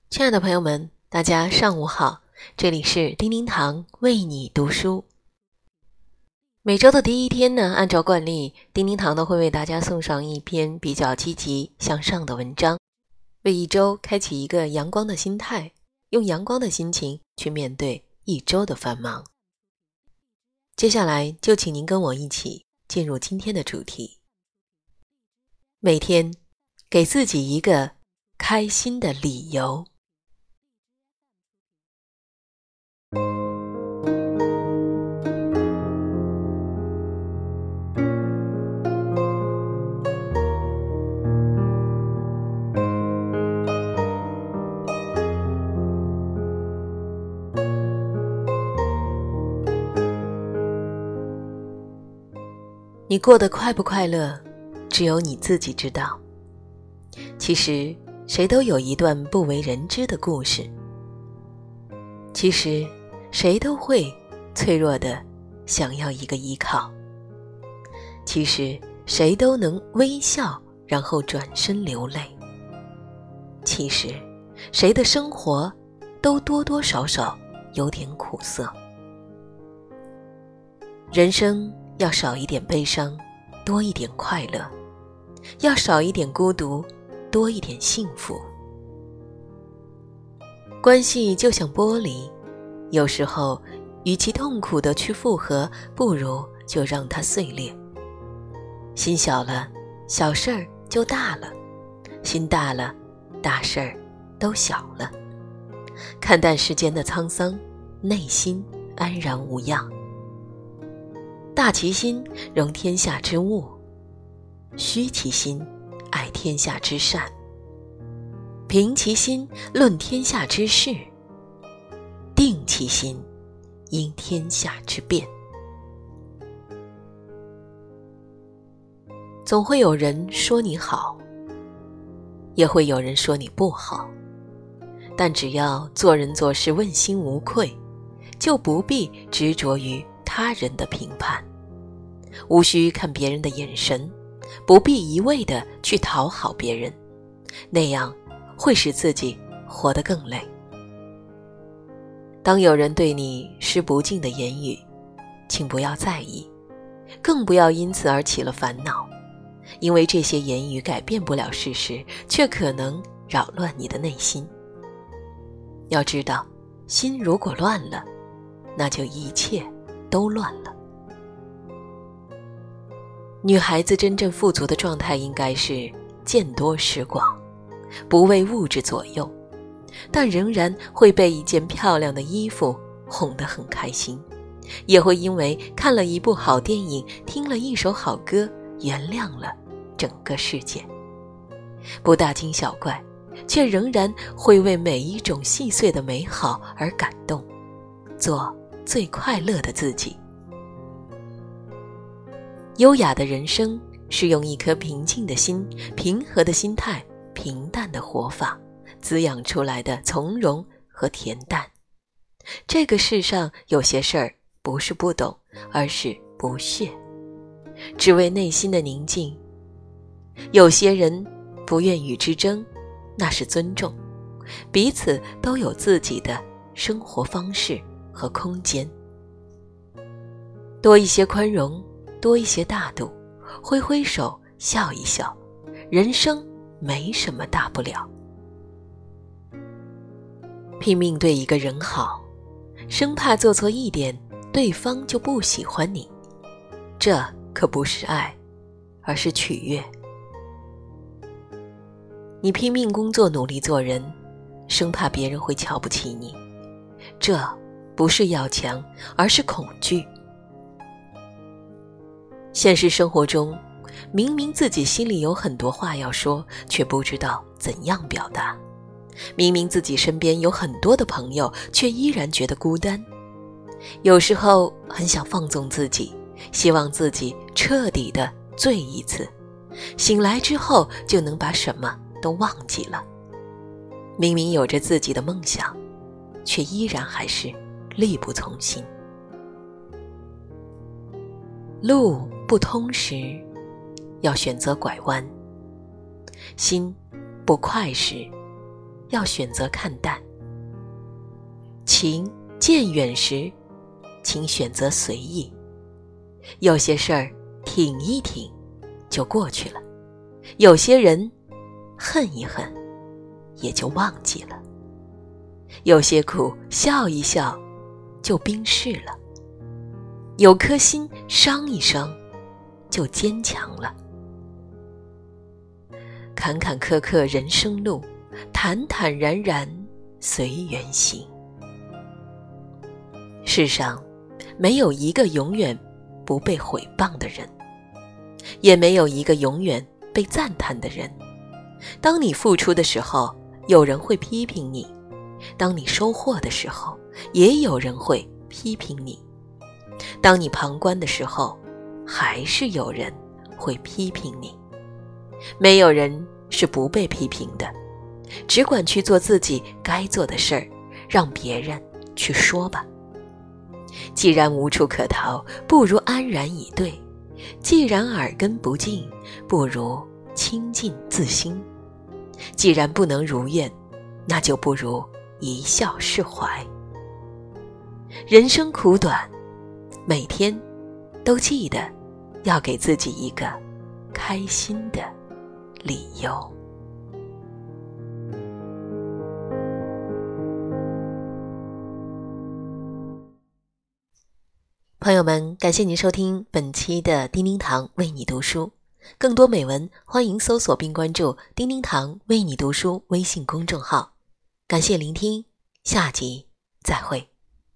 亲爱的朋友们，大家上午好，这里是叮叮堂为你读书。每周的第一天呢，按照惯例，叮叮堂都会为大家送上一篇比较积极向上的文章，为一周开启一个阳光的心态，用阳光的心情去面对一周的繁忙。接下来就请您跟我一起进入今天的主题。每天给自己一个开心的理由。你过得快不快乐，只有你自己知道。其实谁都有一段不为人知的故事，其实谁都会脆弱的想要一个依靠，其实谁都能微笑然后转身流泪，其实谁的生活都多多少少有点苦涩。人生要少一点悲伤，多一点快乐；要少一点孤独，多一点幸福。关系就像玻璃，有时候与其痛苦地去复合，不如就让它碎裂。心小了，小事儿就大了；心大了，大事儿都小了。看淡世间的沧桑，内心安然无恙。大其心，容天下之物；虚其心，爱天下之善；平其心，论天下之事；定其心，应天下之变。总会有人说你好，也会有人说你不好，但只要做人做事问心无愧，就不必执着于他人的评判，无需看别人的眼神，不必一味地去讨好别人，那样会使自己活得更累。当有人对你施不敬的言语，请不要在意，更不要因此而起了烦恼，因为这些言语改变不了事实，却可能扰乱你的内心。要知道，心如果乱了，那就一切都乱了。女孩子真正富足的状态应该是见多识广，不为物质左右，但仍然会被一件漂亮的衣服哄得很开心，也会因为看了一部好电影，听了一首好歌，原谅了整个世界。不大惊小怪，却仍然会为每一种细碎的美好而感动，做最快乐的自己。优雅的人生是用一颗平静的心、平和的心态、平淡的活法滋养出来的从容和恬淡。这个世上有些事儿不是不懂，而是不屑，只为内心的宁静。有些人不愿与之争，那是尊重，彼此都有自己的生活方式和空间。多一些宽容，多一些大度，挥挥手，笑一笑，人生没什么大不了。拼命对一个人好，生怕做错一点，对方就不喜欢你，这可不是爱，而是取悦。你拼命工作，努力做人，生怕别人会瞧不起你，这不是要强，而是恐惧。现实生活中，明明自己心里有很多话要说，却不知道怎样表达；明明自己身边有很多的朋友，却依然觉得孤单。有时候很想放纵自己，希望自己彻底的醉一次，醒来之后就能把什么都忘记了。明明有着自己的梦想，却依然还是力不从心。路不通时，要选择拐弯；心不快时， 要选择看淡。情渐远时，请选择随意。有些事儿挺一挺就过去了，有些人恨一恨也就忘记了，有些苦笑一笑就冰释了，有颗心伤一伤就坚强了。坎坎坷坷人生路，坦坦然然随缘行。世上没有一个永远不被毁谤的人，也没有一个永远被赞叹的人。当你付出的时候，有人会批评你；当你收获的时候，也有人会批评你；当你旁观的时候，还是有人会批评你。没有人是不被批评的，只管去做自己该做的事儿，让别人去说吧。既然无处可逃，不如安然以对；既然耳根不净，不如清净自心；既然不能如愿，那就不如一笑释怀。人生苦短，每天都记得要给自己一个开心的理由。朋友们，感谢您收听本期的叮叮堂为你读书。更多美文，欢迎搜索并关注叮叮堂为你读书微信公众号。感谢聆听，下集再会。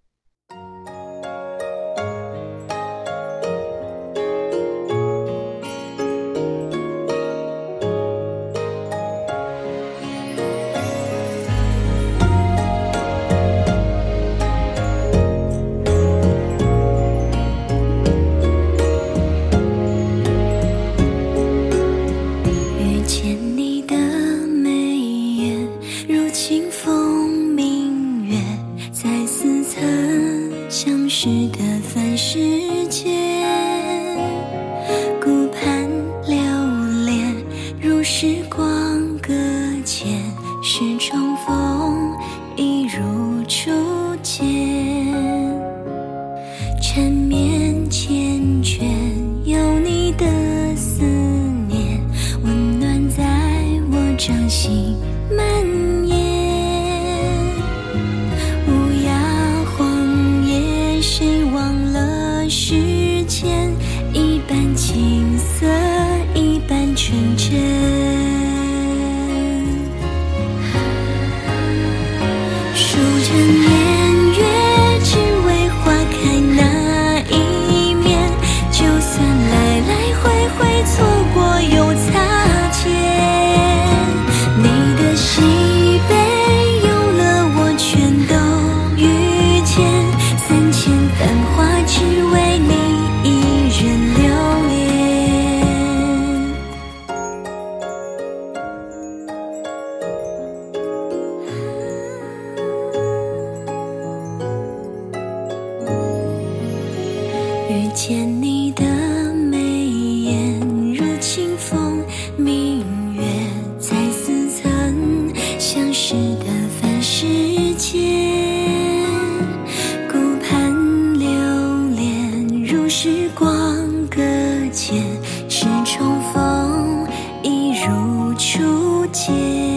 是的凡世间，顾盼流连，如时光搁浅，是重逢，一如初见。缠绵缱绻，有你的思念，温暖在我掌心蔓延。谁忘了时间，一半青涩，一半纯真。数着年月，只为花开那一面。就算来来回回错过又擦肩，你的喜悲有了我全都遇见。3000繁华只为你一人留恋。遇见你的眉眼如清风明月，在似曾相识的凡世间，时光搁浅，是重逢，一如初见。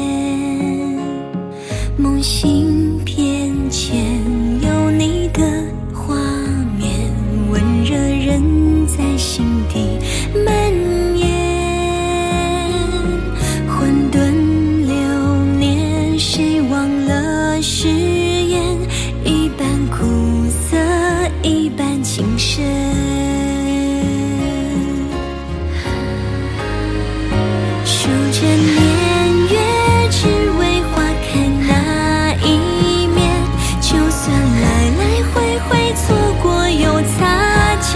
梦醒片前，有你的画面，温热人在心底蔓延。混沌流年，谁忘了誓言？一半苦涩，一半情深。数着年月，只为花开那一面。就算来来回回错过又擦肩，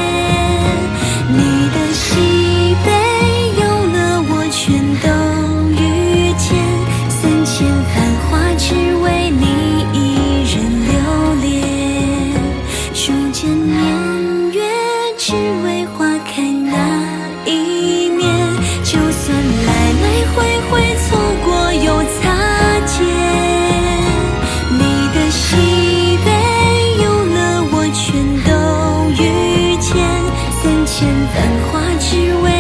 你的喜悲有了我全都遇见。3000繁华只为你一人留恋。数着年月，只为花开那一面。就算来来回回错过又擦肩， 千繁华，只为